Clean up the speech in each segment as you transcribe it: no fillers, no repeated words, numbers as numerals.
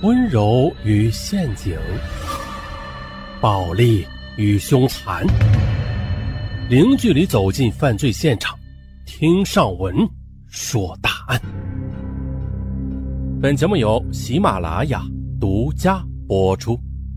温柔与陷阱，暴力与凶残，零距离走进犯罪现场，听上文说大案。本节目由喜马拉雅独家播出。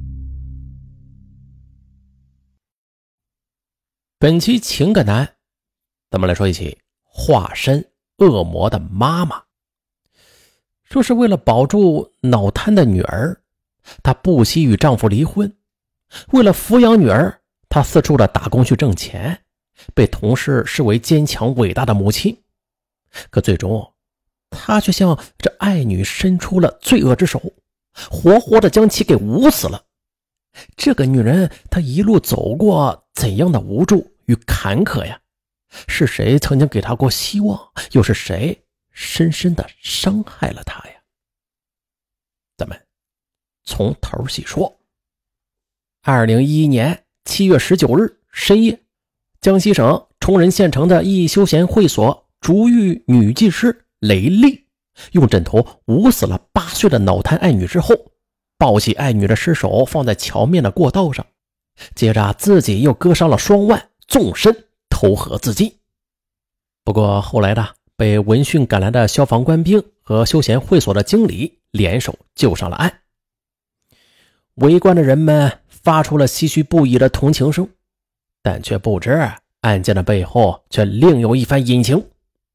本期情感男，咱们来说一起化身恶魔的妈妈。说是为了保住脑瘫的女儿，她不惜与丈夫离婚，为了抚养女儿，她四处的打工去挣钱，被同事视为坚强伟大的母亲。可最终她却向这爱女伸出了罪恶之手，活活的将其给捂死了。这个女人她一路走过怎样的无助与坎坷呀？是谁曾经给她过希望，又是谁深深的伤害了她呀？咱们从头细说。2011年7月19日深夜，江西省崇仁县城的一休闲会所逐狱女技师雷丽用枕头捂死了8岁的脑瘫爱女之后，抱起爱女的尸首放在桥面的过道上，接着自己又割伤了双腕，纵身投河自尽。不过后来的被闻讯赶来的消防官兵和休闲会所的经理联手救上了岸。围观的人们发出了唏嘘不已的同情声，但却不知案件的背后却另有一番隐情。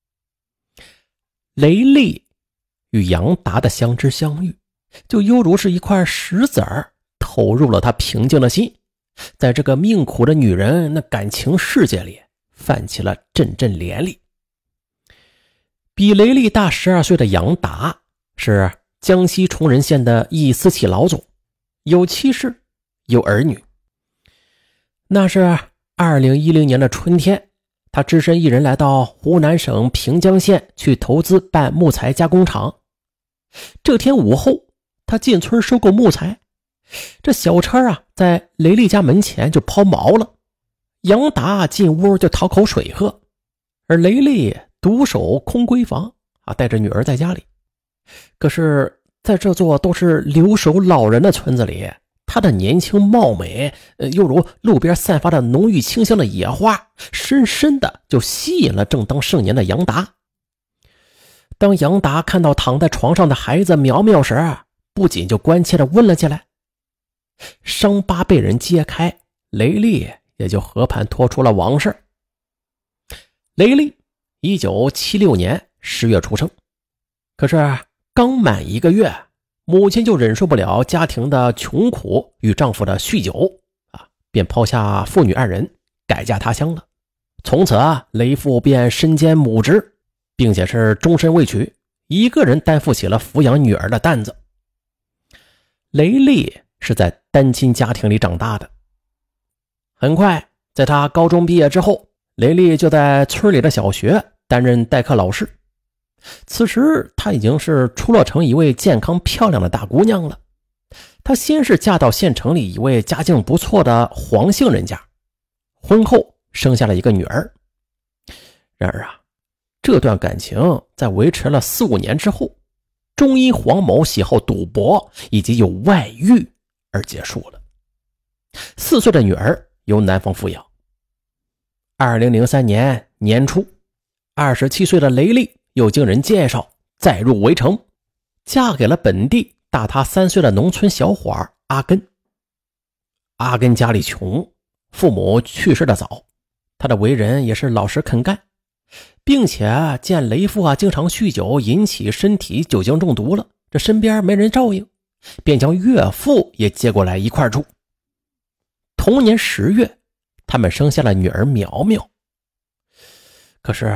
雷丽与杨达的相知相遇，就犹如是一块石子儿投入了他平静的心，在这个命苦的女人那感情世界里泛起了阵阵涟漪。比雷丽大12岁的杨达是江西崇仁县的一私企老总，有妻室有儿女。那是2010年的春天，他只身一人来到湖南省平江县去投资办木材加工厂。这天午后，他进村收购木材，这小车在雷丽家门前就抛锚了。杨达进屋就讨口水喝，而雷丽独守空闺房带着女儿在家里。可是在这座都是留守老人的村子里，她的年轻貌美犹如路边散发的浓郁清香的野花，深深的就吸引了正当盛年的杨达。当杨达看到躺在床上的孩子苗苗时，不仅就关切地问了起来。伤疤被人揭开，雷丽也就和盘托出了往事。雷丽1976年10月出生，可是刚满1个月，母亲就忍受不了家庭的穷苦与丈夫的酗酒便抛下父女2人改嫁他乡了。从此雷父便身兼母职，并且是终身未娶，一个人担负起了抚养女儿的担子。雷丽是在单亲家庭里长大的。很快在她高中毕业之后，雷丽就在村里的小学担任代课老师。此时她已经是出落成一位健康漂亮的大姑娘了。她先是嫁到县城里一位家境不错的黄姓人家，婚后生下了一个女儿。然而这段感情在维持了4-5年之后，终因黄某喜好赌博以及有外遇而结束了。4岁的女儿由男方抚养。2003年年初，27岁的雷丽又经人介绍再入围城，嫁给了本地大她3岁的农村小伙阿根。阿根家里穷，父母去世的早，他的为人也是老实肯干，并且见雷父经常酗酒，引起身体酒精中毒了，这身边没人照应，便将岳父也接过来一块住。同年10月，他们生下了女儿苗苗。可是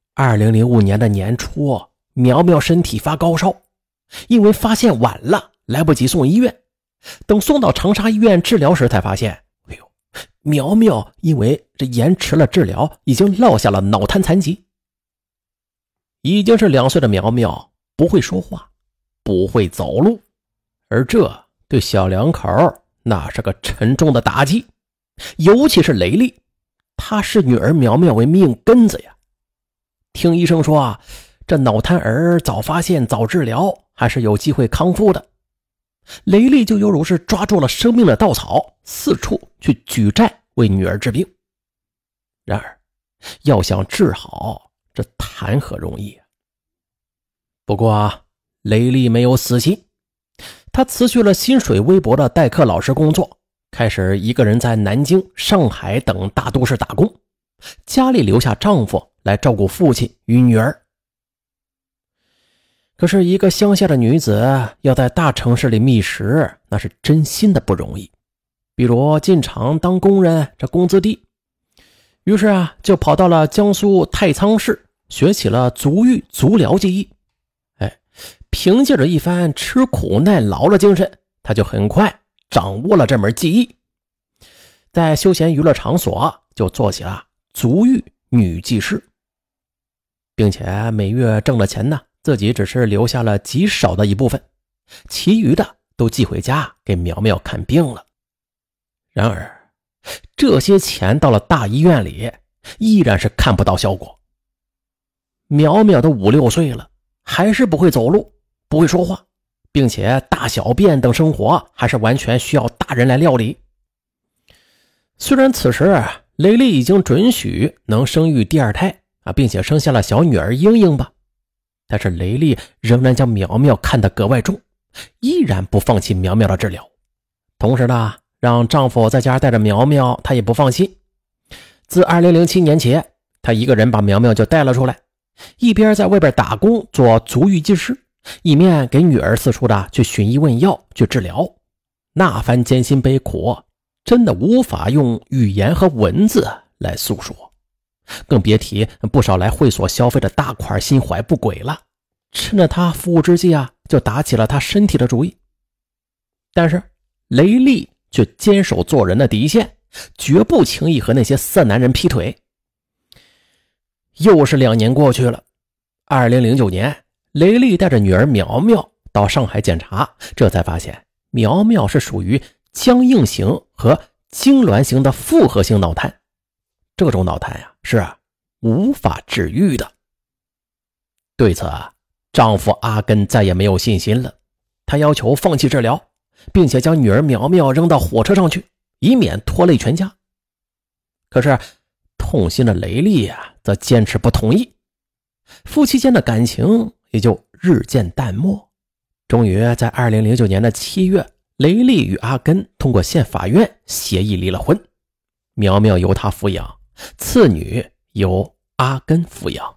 2005年的年初，苗苗身体发高烧，因为发现晚了，来不及送医院，等送到长沙医院治疗时才发现，苗苗因为这延迟了治疗，已经落下了脑瘫残疾。已经是2岁的苗苗不会说话，不会走路，而这对小两口那是个沉重的打击。尤其是雷丽，她视女儿苗苗为命根子呀。听医生说这脑瘫儿早发现早治疗还是有机会康复的。 雷利就犹如是抓住了生命的稻草，四处去举债为女儿治病。然而要想治好，这谈何容易啊。不过雷利没有死心，他辞去了薪水微薄的代课老师工作，开始一个人在南京、上海等大都市打工，家里留下丈夫来照顾父亲与女儿。可是一个乡下的女子要在大城市里觅食，那是真心的不容易。比如进厂当工人，这工资低，于是就跑到了江苏太仓市，学起了足浴足疗技艺。凭借着一番吃苦耐劳的精神，他就很快掌握了这门技艺，在休闲娱乐场所就做起了足浴女技师，并且每月挣的钱呢，自己只是留下了极少的一部分，其余的都寄回家给苗苗看病了。然而这些钱到了大医院里依然是看不到效果。苗苗都5、6岁了，还是不会走路，不会说话，并且大小便等生活还是完全需要大人来料理。虽然此时雷利已经准许能生育第2胎并且生下了小女儿英英吧，但是雷利仍然将苗苗看得格外重，依然不放弃苗苗的治疗。同时呢，让丈夫在家带着苗苗，她也不放心。自2007年起，她一个人把苗苗就带了出来，一边在外边打工做足浴技师，一面给女儿四处的去寻医问药去治疗。那番艰辛悲苦真的无法用语言和文字来诉说，更别提不少来会所消费的大款心怀不轨了，趁着他服务之际就打起了他身体的主意。但是雷利却坚守做人的底线，绝不轻易和那些色男人劈腿。又是2年过去了，2009年，雷利带着女儿苗苗到上海检查，这才发现苗苗是属于僵硬型和痉挛型的复合性脑瘫，这种脑瘫是无法治愈的。对此丈夫阿根再也没有信心了，他要求放弃治疗，并且将女儿苗苗扔到火车上去，以免拖累全家。可是痛心的雷利则坚持不同意，夫妻间的感情也就日渐淡漠。终于在2009年的7月，雷利与阿根通过县法院协议离了婚，苗苗由他抚养，次女由阿根抚养。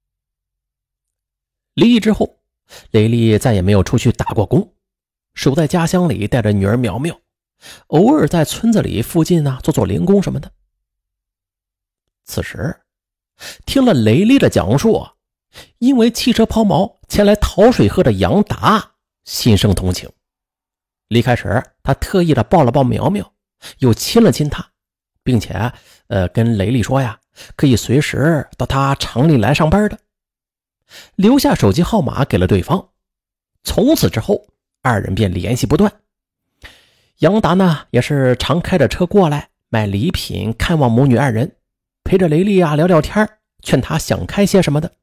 离异之后，雷利再也没有出去打过工，守在家乡里带着女儿苗苗，偶尔在村子里附近做做零工什么的。此时听了雷利的讲述，因为汽车抛锚前来讨水喝的杨达心生同情。离开时他特意的抱了抱苗苗，又亲了亲她，并且跟雷利说可以随时到他厂里来上班的，留下手机号码给了对方。从此之后2人便联系不断。杨达呢也是常开着车过来买礼品看望母女2人，陪着雷利聊聊天，劝他想开些什么的。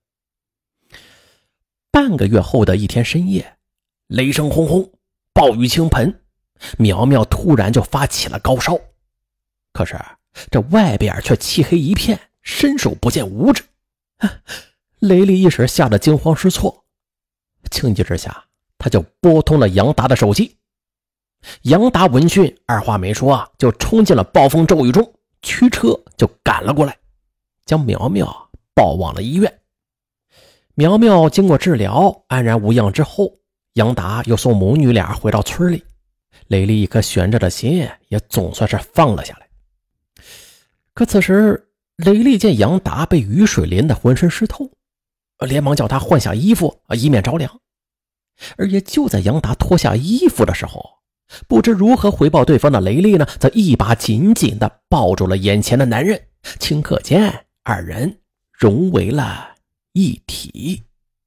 半个月后的一天深夜，雷声轰轰，暴雨倾盆，苗苗突然就发起了高烧。可是这外边却漆黑一片，伸手不见五指。雷利一时吓得惊慌失措，情急之下他就拨通了杨达的手机。杨达闻讯二话没说就冲进了暴风骤雨中，驱车就赶了过来，将苗苗抱往了医院。苗苗经过治疗安然无恙之后，杨达又送母女俩回到村里，雷利一颗悬着的心也总算是放了下来。可此时雷利见杨达被雨水淋得浑身湿透，连忙叫他换下衣服以免着凉。而也就在杨达脱下衣服的时候，不知如何回报对方的雷利呢，则一把紧紧地抱住了眼前的男人，顷刻间2人融为了一体。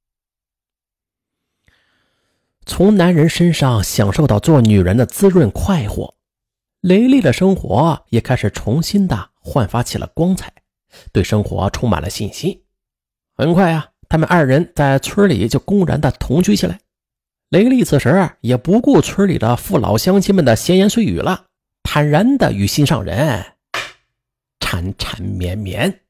从男人身上享受到做女人的滋润快活，雷利的生活也开始重新的焕发起了光彩，对生活充满了信心。很快他们2人在村里就公然的同居起来。 雷厉此时也不顾村里的父老乡亲们的闲言碎语了，坦然地与心上人缠缠绵绵。